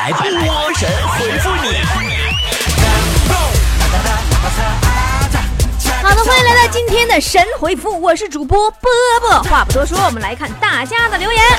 来波神回复你。 好的，欢迎来到今天的神回复，我是主播波波。话不多说，我们来看大家的留言。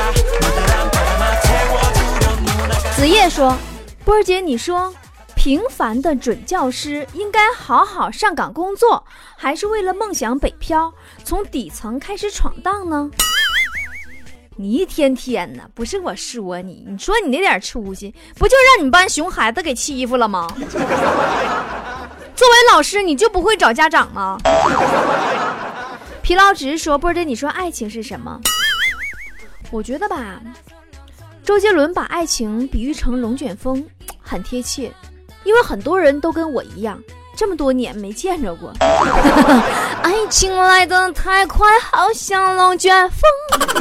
子夜说，波儿姐，你说平凡的准教师应该好好上岗工作，还是为了梦想北漂，从底层开始闯荡呢？你一天天的，不是我说你，你说你那点出息，不就让你们班熊孩子给欺负了吗？作为老师，你就不会找家长吗？疲劳值说，波儿姐，你说爱情是什么？我觉得吧，周杰伦把爱情比喻成龙卷风很贴切，因为很多人都跟我一样，这么多年没见着过。爱情来得太快，好像龙卷风。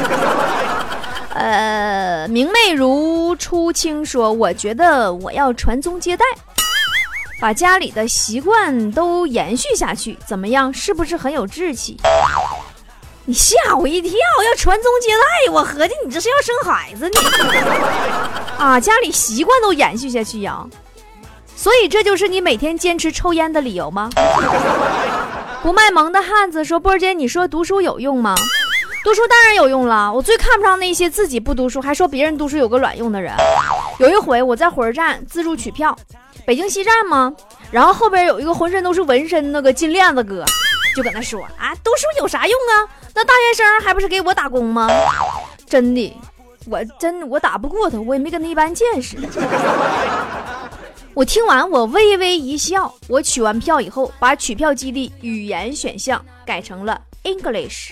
明媚如初青说，我觉得我要传宗接代，把家里的习惯都延续下去，怎么样？是不是很有志气？你吓我一跳，要传宗接代，我合计你这是要生孩子呢。啊，家里习惯都延续下去呀。所以这就是你每天坚持抽烟的理由吗？不卖萌的汉子说，波儿姐，你说读书有用吗？读书当然有用了，我最看不上那些自己不读书还说别人读书有个卵用的人。有一回我在火车站自助取票，北京西站嘛，然后后边有一个浑身都是纹身那个金链子哥，就跟他说啊，读书有啥用啊？那大学生还不是给我打工吗？真的，我打不过他，我也没跟他一般见识。我听完我微微一笑，我取完票以后把取票机的语言选项改成了 English。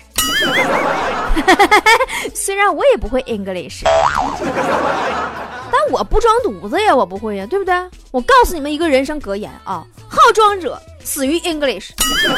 虽然我也不会 English， 但我不装犊子呀，我不会呀，对不对？我告诉你们一个人生格言啊，好装者死于 English。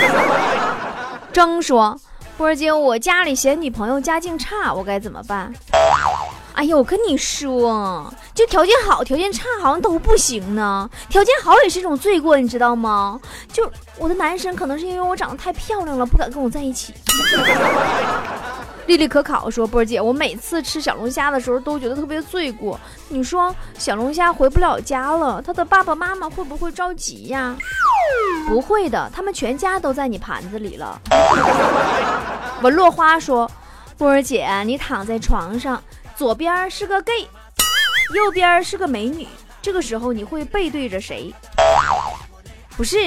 征说，波儿姐，我家里嫌女朋友家境差，我该怎么办？哎呀，我跟你说，就条件好条件差好像都不行呢，条件好也是一种罪过，你知道吗？就我的男生可能是因为我长得太漂亮了，不敢跟我在一起。丽丽可考说，波儿姐，我每次吃小龙虾的时候都觉得特别罪过，你说小龙虾回不了家了，他的爸爸妈妈会不会着急呀？不会的，他们全家都在你盘子里了。文落花说，波儿姐，你躺在床上，左边是个 gay， 右边是个美女，这个时候你会背对着谁？不是，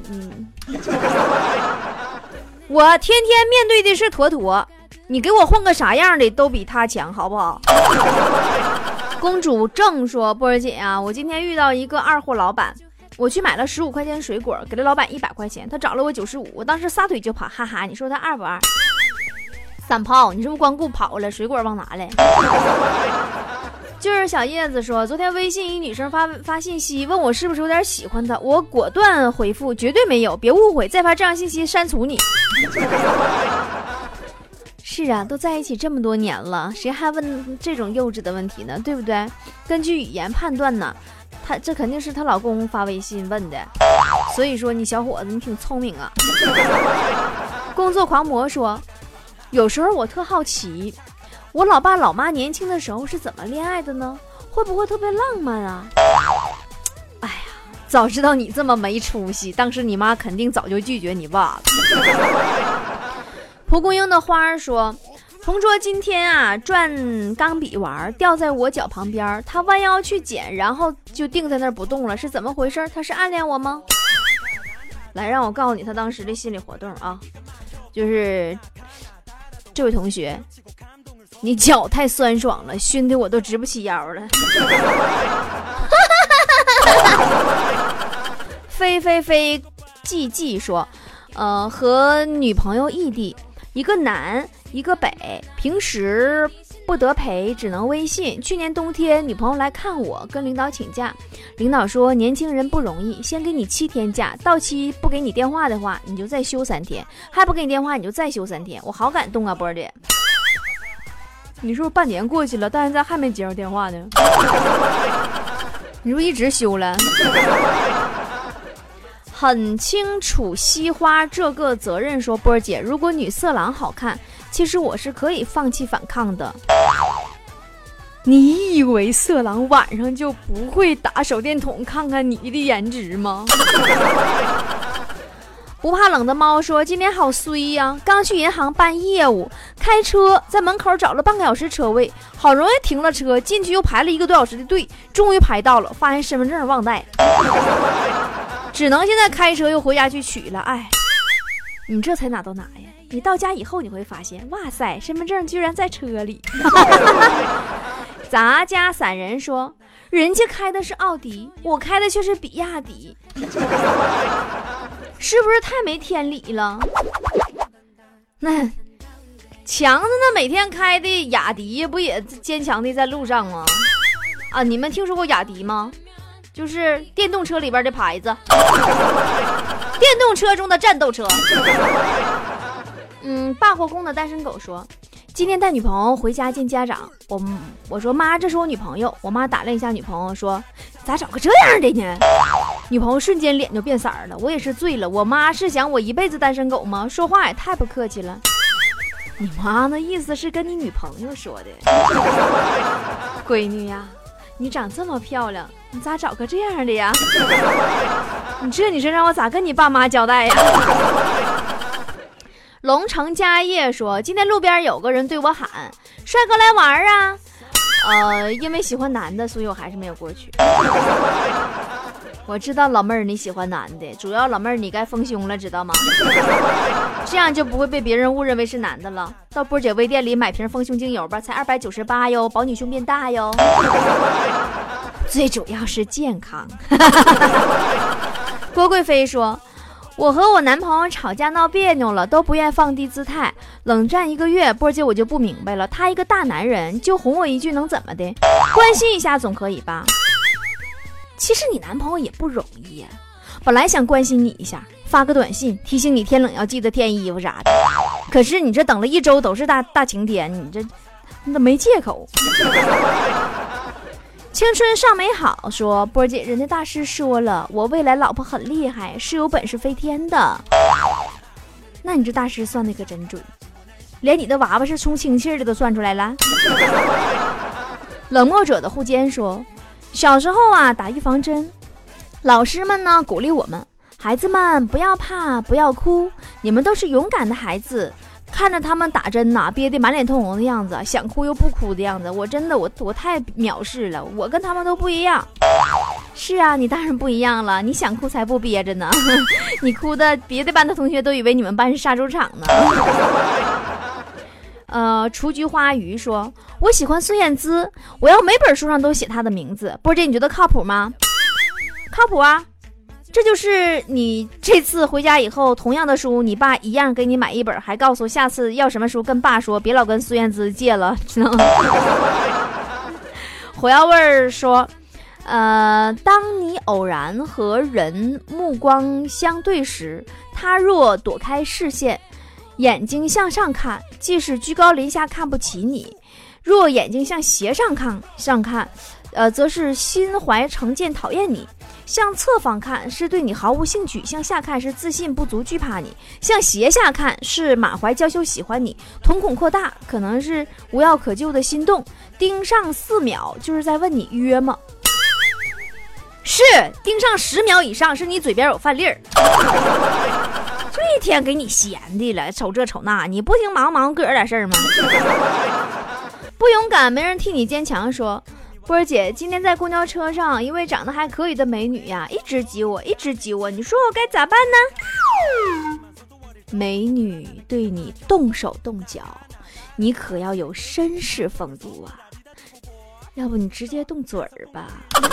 我天天面对的是坨坨，你给我混个啥样的都比他强，好不好？公主正说，波儿姐啊，我今天遇到一个二货老板，我去买了15块钱水果，给了老板100块钱，他找了我95，我当时撒腿就跑，哈哈，你说他二不二？三炮，你是不是光顾跑了，水果忘拿了？就是小叶子说，昨天微信一女生发信息问我是不是有点喜欢她，我果断回复绝对没有，别误会，再发这样信息删除你。是啊，都在一起这么多年了，谁还问这种幼稚的问题呢？对不对？根据语言判断呢，这肯定是她老公发微信问的，所以说你小伙子你挺聪明啊。工作狂魔说，有时候我特好奇，我老爸老妈年轻的时候是怎么恋爱的呢？会不会特别浪漫啊？哎呀，早知道你这么没出息，当时你妈肯定早就拒绝你爸了。蒲公英的花说，同桌今天啊转钢笔玩，掉在我脚旁边，他弯腰去捡，然后就定在那儿不动了，是怎么回事？他是暗恋我吗？来，让我告诉你他当时的心理活动啊，就是这位同学，你脚太酸爽了，熏得我都直不起腰了。飞寂寂说，和女朋友异地，一个南一个北，平时不得陪，只能微信。去年冬天女朋友来看我，跟领导请假，领导说年轻人不容易，先给你7天假，到期不给你电话的话你就再休3天，还不给你电话你就再休3天。我好感动啊，波儿姐，你是不是半年过去了到现在还没接到电话呢？你是不是一直休了？很清楚西花这个责任说，波儿姐，如果女色狼好看，其实我是可以放弃反抗的。 你以为色狼晚上就不会打手电筒看看你的颜值吗？不怕冷的猫说今天好衰呀，刚去银行办业务，开车在门口找了半个小时车位，好容易停了车，进去又排了1个多小时的队，终于排到了，发现身份证忘带，只能现在开车又回家去取了。哎，你这才哪都哪呀，你到家以后你会发现，哇塞，身份证居然在车里。咱家散人说人家开的是奥迪，我开的却是比亚迪，是不是太没天理了？那强子那每天开的雅迪不也坚强的在路上吗？啊，你们听说过雅迪吗？就是电动车里边的牌子，电动车中的战斗车。大火宫的单身狗说今天带女朋友回家见家长，我说妈，这是我女朋友。我妈打量一下女朋友说咋找个这样的呢？女朋友瞬间脸就变色了，我也是醉了。我妈是想我一辈子单身狗吗？说话也太不客气了。你妈那意思是跟你女朋友说的。闺女呀，你长这么漂亮，你咋找个这样的呀？你这女生让我咋跟你爸妈交代呀？龙城家业说今天路边有个人对我喊帅哥来玩啊，因为喜欢男的，所以我还是没有过去。我知道老妹儿你喜欢男的，主要老妹儿你该丰胸了，知道吗？这样就不会被别人误认为是男的了。到波姐微店里买瓶丰胸精油吧，才298哟，保你胸变大哟。最主要是健康。郭贵妃说我和我男朋友吵架闹别扭了，都不愿放低姿态，冷战1个月，波姐我就不明白了，他一个大男人就哄我一句能怎么的？关心一下总可以吧？其实你男朋友也不容易呀，本来想关心你一下，发个短信提醒你天冷要记得添衣服啥的，可是你这等了1周都是大晴天，你都没借口。青春尚美好说波姐，人家大师说了，我未来老婆很厉害，是有本事飞天的。那你这大师算的可真准，连你的娃娃是充氢气的都算出来了。冷漠者的护肩说小时候啊打预防针，老师们呢鼓励我们，孩子们不要怕不要哭，你们都是勇敢的孩子。看着他们打针呐，憋得满脸通红的样子，想哭又不哭的样子，我真的我太藐视了，我跟他们都不一样。是啊，你当然不一样了，你想哭才不憋着呢。你哭的别的班的同学都以为你们班是杀猪场呢。雏菊花鱼说我喜欢孙燕姿，我要每本书上都写她的名字。波姐你觉得靠谱吗？靠谱啊，这就是你这次回家以后同样的书你爸一样给你买1本，还告诉下次要什么书跟爸说，别老跟孙燕姿借了，知道吗？火药味儿说当你偶然和人目光相对时，他若躲开视线，眼睛向上看，即使居高临下看不起你；若眼睛向斜上看，则是心怀成见讨厌你。向侧方看是对你毫无兴趣，向下看是自信不足惧怕你，向斜下看是满怀娇羞喜欢你，瞳孔扩大可能是无药可救的心动，盯上4秒就是在问你约吗？是盯上10秒以上是你嘴边有饭粒儿。这一天给你闲的了，瞅这瞅那，你不行忙个点事儿吗？不勇敢没人替你坚强说波儿姐今天在公交车上，一位长得还可以的美女呀，一直挤我，你说我该咋办呢？美女对你动手动脚，你可要有绅士风度啊，要不你直接动嘴儿吧。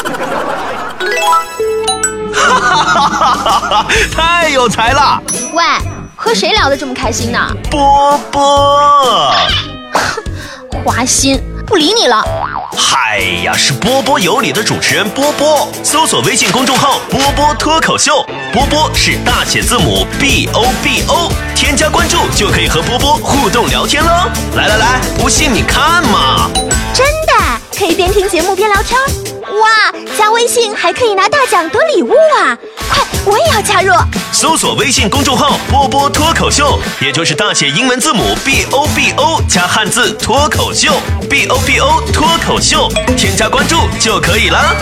太有才了！ 喂，和谁聊得这么开心呢？ 波波， 花心，不理你了。 嗨呀，是波波有理的主持人波波，搜索微信公众号波波脱口秀，波波是大写字母 BOBO， 添加关注就可以和波波互动聊天喽。来，不信你看嘛。 真的可以边听节目边聊天？哇，加微信还可以拿大奖得礼物啊！快我也要加入。 搜索微信公众号波波脱口秀，也就是大写英文字母 BOBO 加汉字脱口秀 BOBO 脱口秀，添加关注就可以了。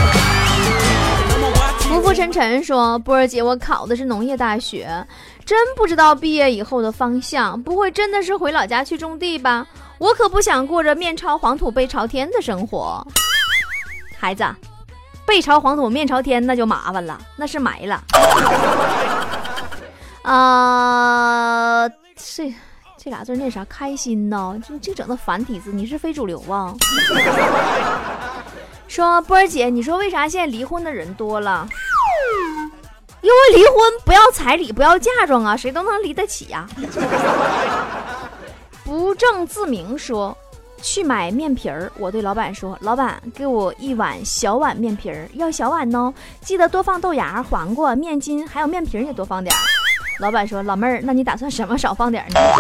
浮浮沉沉说，波儿姐，我考的是农业大学，真不知道毕业以后的方向，不会真的是回老家去种地吧？我可不想过着面朝黄土背朝天的生活。孩子，背朝黄土面朝天那就麻烦了，那是埋了。这俩字念啥？开心呢？这整的繁体字，你是非主流啊？说波儿姐，你说为啥现在离婚的人多了？因为离婚不要彩礼，不要嫁妆啊，谁都能离得起呀。不正自明说，去买面皮儿，我对老板说，老板给我一碗小碗面皮儿，要小碗哦，记得多放豆芽、黄瓜、面筋，还有面皮也多放点。老板说，老妹儿，那你打算什么少放点呢？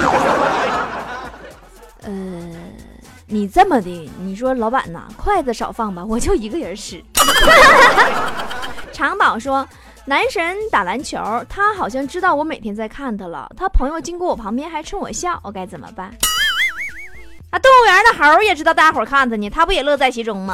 你这么的，你说老板呐，筷子少放吧，我就一个人吃。长宝说，男神打篮球，他好像知道我每天在看他了，他朋友经过我旁边还冲我笑，我该怎么办？啊，动物园的猴也知道大伙看他呢，他不也乐在其中吗？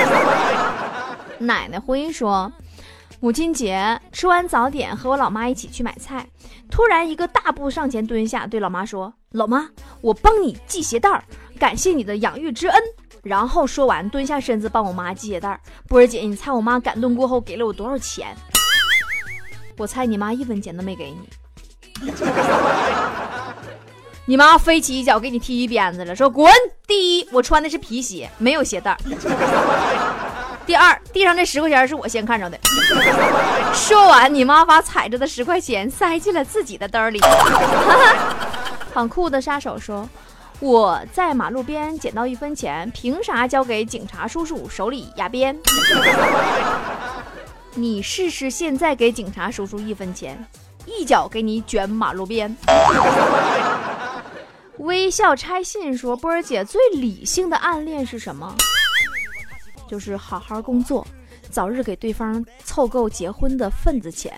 奶奶辉说，母亲节吃完早点和我老妈一起去买菜，突然一个大步上前蹲下，对老妈说，老妈，我帮你系鞋带，感谢你的养育之恩。然后说完蹲下身子帮我妈系鞋带。波儿姐，你猜我妈感动过后给了我多少钱？我猜你妈1分钱都没给你。你妈飞起一脚给你踢一鞭子了，说滚！第一，我穿的是皮鞋，没有鞋带。第二，地上这10块钱是我先看着的。说完，你妈把踩着的10块钱塞进了自己的兜里。很酷的杀手说，我在马路边捡到1分钱，凭啥交给警察叔叔手里压鞭？你试试现在给警察叔叔1分钱，一脚给你卷马路边。微笑拆信说，波儿姐，最理性的暗恋是什么？就是好好工作，早日给对方凑够结婚的份子钱。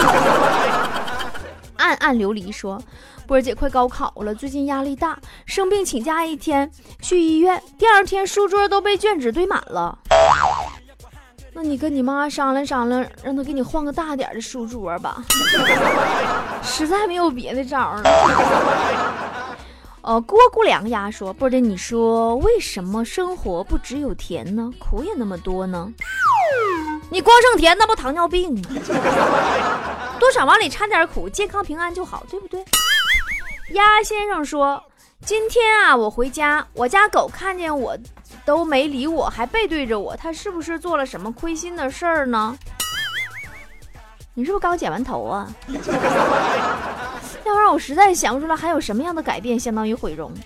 暗暗流离说，波儿姐，快高考了，最近压力大，生病请假1天，去医院，第2天书桌都被卷纸堆满了。那你跟你妈商量商量，让她给你换个大点的书桌吧。实在没有别的招了。郭姑良鸭说，波儿姐，你说为什么生活不只有甜呢，苦也那么多呢？你光剩甜，那不糖尿病吗？多少往里掺点苦，健康平安就好，对不对？鸭先生说，今天啊，我回家，我家狗看见我都没理我，还背对着我，它是不是做了什么亏心的事儿呢？你是不是刚剪完头啊？要不然我实在想不出来还有什么样的改变相当于毁容。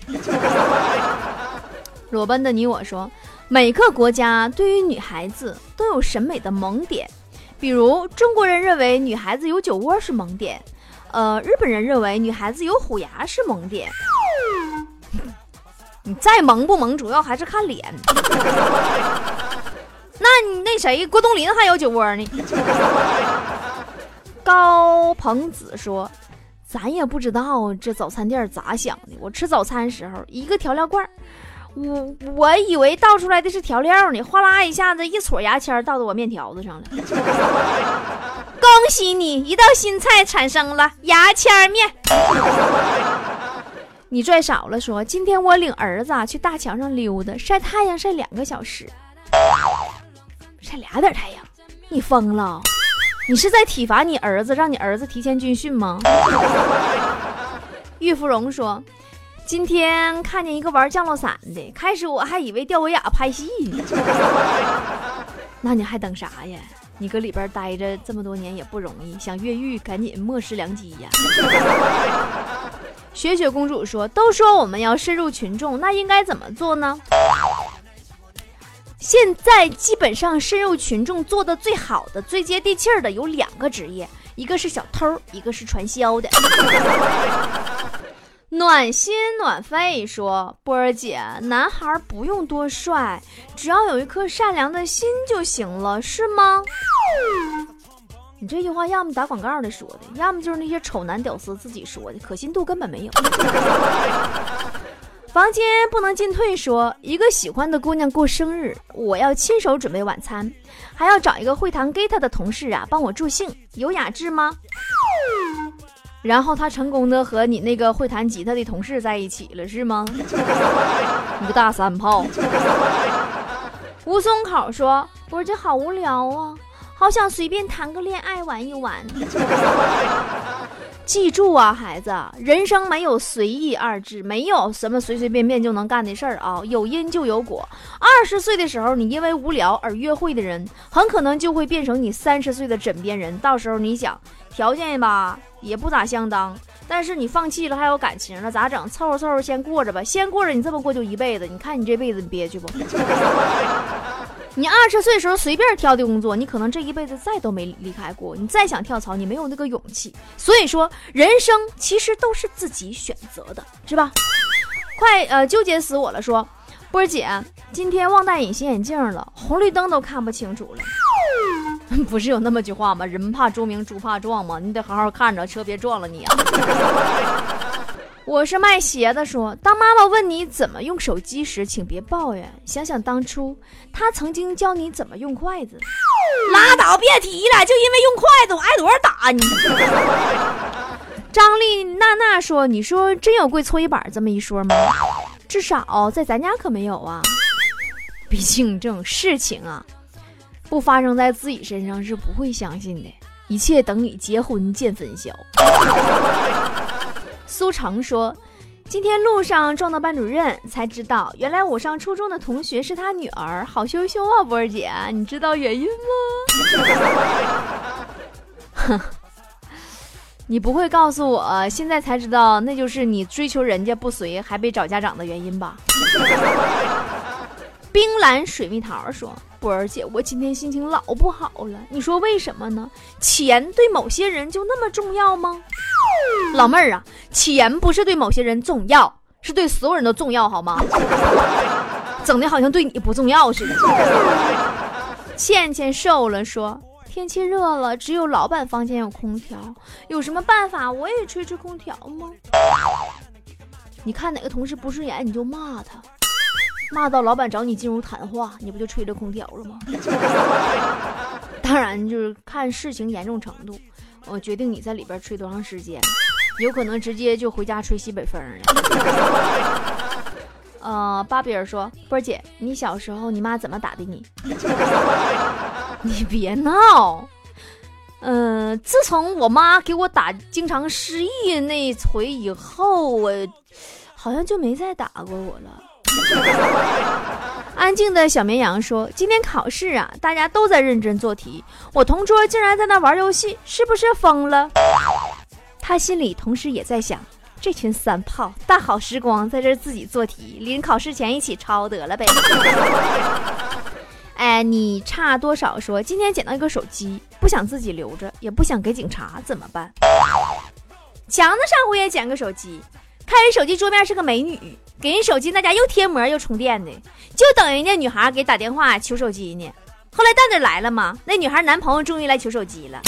裸奔的你我说，每个国家对于女孩子都有审美的萌点，比如中国人认为女孩子有酒窝是萌点，日本人认为女孩子有虎牙是萌点。你再萌不萌，主要还是看脸。那你那谁，郭冬临还有酒窝呢。高鹏子说，咱也不知道这早餐店咋想的，我吃早餐时候一个调料罐，我以为倒出来的是调料呢，哗啦一下子一撮牙签倒到我面条子上了。恭喜你，一道新菜产生了，牙签面。你拽少了说，今天我领儿子去大桥上溜达，晒太阳晒2个小时，晒2点太阳，你疯了？你是在体罚你儿子，让你儿子提前军训吗？玉芙蓉说，今天看见一个玩降落伞的，开始我还以为吊威亚拍戏呢。那你还等啥呀？你搁里边待着这么多年也不容易，想越狱赶紧莫失良机呀。雪雪公主说，都说我们要深入群众，那应该怎么做呢？现在基本上深入群众做的最好的最接地气儿的有2个职业，一个是小偷，一个是传销的。暖心暖肺说，波儿姐，男孩不用多帅，只要有一颗善良的心就行了，是吗？ 你这句话要么打广告的说的，要么就是那些丑男屌丝自己说的，可信度根本没有。房间不能进退说，一个喜欢的姑娘过生日，我要亲手准备晚餐，还要找一个会弹 guitar 的同事啊帮我助兴，有雅致吗？然后他成功的和你那个会弹吉他的同事在一起了是吗？你个大三炮。吴松口说，我这好无聊啊，好想随便谈个恋爱玩一玩。记住啊，孩子，人生没有随意二字，没有什么随随便便就能干的事儿啊，有因就有果。20岁的时候，你因为无聊而约会的人，很可能就会变成你30岁的枕边人。到时候你想，条件吧也不咋相当，但是你放弃了还有感情了，咋整？凑合凑合先过着吧，先过着，你这么过就一辈子。你看你这辈子你憋屈不？你20岁的时候随便挑的工作，你可能这一辈子再都没离开过。你再想跳槽，你没有那个勇气。所以说，人生其实都是自己选择的，是吧？快纠结死我了。说，波儿姐，今天忘带隐形眼镜了，红绿灯都看不清楚了。不是有那么句话吗？人怕出名，猪怕壮吗？你得好好看着，车别撞了你啊。我是卖鞋的说，当妈妈问你怎么用手机时，请别抱怨，想想当初她曾经教你怎么用筷子。拉倒，别提了，就因为用筷子我挨多少打你。张丽娜娜说，你说真有跪搓衣板这么一说吗？至少在咱家可没有啊。毕竟这种事情啊，不发生在自己身上是不会相信的，一切等你结婚见分晓。苏成说，今天路上撞到班主任，才知道原来我上初中的同学是他女儿，好羞羞啊，波儿姐，你知道原因吗？你不会告诉我现在才知道那就是你追求人家不随还被找家长的原因吧？冰蓝水蜜桃说，波儿姐，我今天心情老不好了，你说为什么呢？钱对某些人就那么重要吗？老妹儿啊，钱不是对某些人重要，是对所有人都重要，好吗？整的好像对你不重要似的。倩倩瘦了说，天气热了，只有老板房间有空调，有什么办法我也吹吹空调吗？你看哪个同事不顺眼你就骂他，骂到老板找你进入谈话，你不就吹着空调了吗？当然就是看事情严重程度，我决定你在里边吹多长时间，有可能直接就回家吹西北风了。巴比尔说，波儿姐，你小时候你妈怎么打的你？你别闹。自从我妈给我打经常失忆那回以后，我好像就没再打过我了。安静的小绵羊说，今天考试啊，大家都在认真做题，我同桌竟然在那玩游戏，是不是疯了？他心里同时也在想，这群三炮大好时光在这自己做题，临考试前一起抄得了呗。哎，你差多少说，今天捡到一个手机，不想自己留着，也不想给警察，怎么办？强子上回也捡个手机，看人手机桌面是个美女，给人手机那家又贴膜又充电的，就等人家女孩给打电话求手机呢。后来蛋蛋来了嘛，那女孩男朋友终于来求手机了。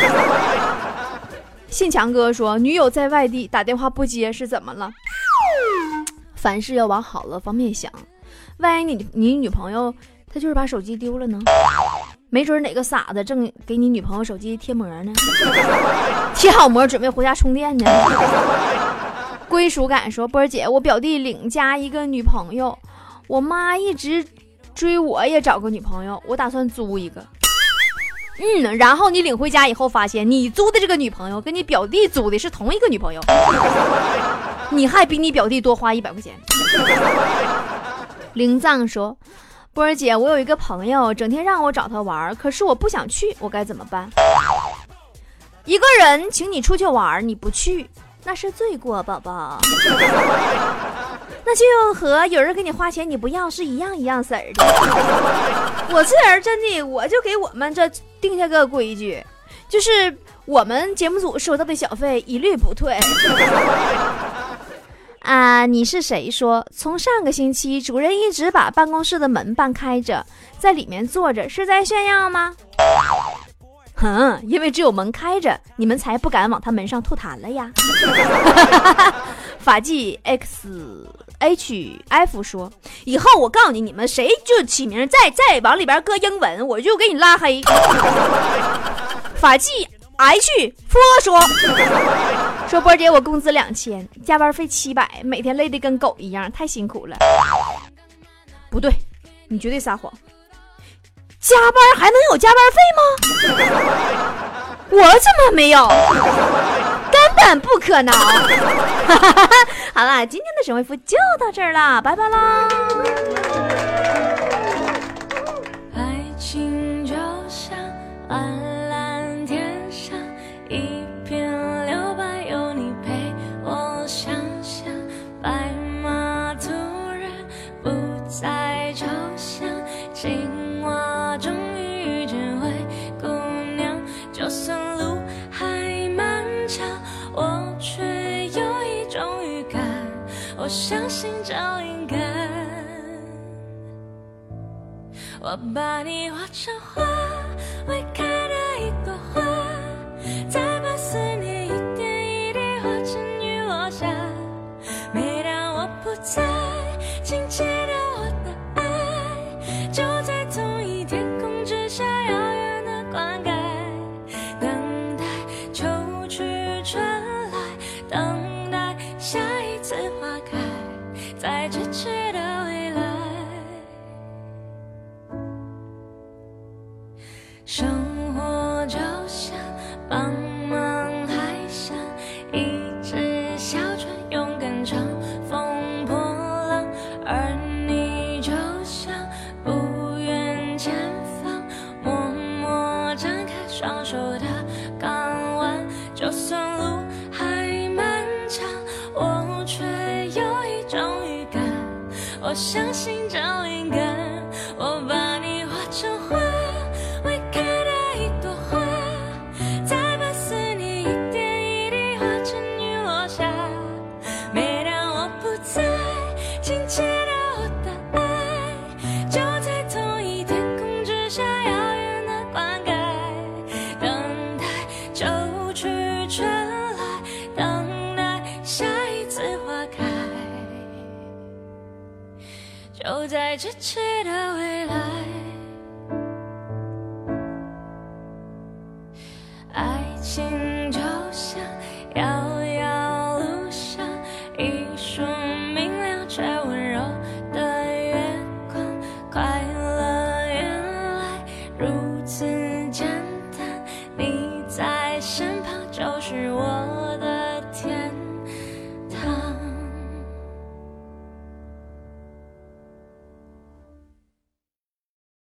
信强哥说，女友在外地打电话不接是怎么了？凡事要往好了方面想，万一你女朋友她就是把手机丢了呢？没准哪个傻子正给你女朋友手机贴膜呢，贴好膜准备回家充电呢。归属感说，波儿姐，我表弟领家一个女朋友，我妈一直追我也找个女朋友，我打算租一个。然后你领回家以后发现你租的这个女朋友跟你表弟租的是同一个女朋友，你还比你表弟多花100块钱。灵藏说，波儿姐，我有一个朋友整天让我找他玩，可是我不想去，我该怎么办？一个人请你出去玩，你不去，那是罪过，宝宝。那就和有人给你花钱你不要是一样色儿的。我这人真的，我就给我们这定下个规矩，就是我们节目组收到的小费一律不退。你是谁说从上个星期主任一直把办公室的门半开着，在里面坐着，是在炫耀吗？ 因为只有门开着，你们才不敢往他门上吐痰了呀。法纪 XHF 说，以后我告诉你们谁就起名再往里边搁英文，我就给你拉黑。法纪 H 说波姐，我工资2000，加班费700，每天累得跟狗一样，太辛苦了。不对，你绝对撒谎，加班还能有加班费吗？我怎么没有？根本不可能。好了，今天的神回复就到这儿了，拜拜啦。 爱情就像蓝蓝天上一片留白，有你陪我想象，白马突然不再抽象，青蛙终于遇见灰姑娘，就算路还漫长，我却有一种预感，我相信找灵感，我把你画成花，未开的一朵花，再把思念一点一滴化成雨落下，每当我不在，请记得我的爱，就在同一天空之下遥远的灌溉，等待秋去春来，等待下一次花开，在咫尺的未来。生活就像茫茫海上一只小船，勇敢乘风破浪，而你就像不远前方默默展开双手的港湾，就算路还漫长，我却有一种预感，我相信找灵感，我把你画成花，未开的一朵花，再把思念一点一滴化成雨落下，每当我不在，请记得我的爱，就在同一天空之下遥远的灌溉，等待秋去春来，等待下一次花开，就在咫尺的未来。爱情就像遥遥路上一束明亮却温柔的月光，快乐原来如此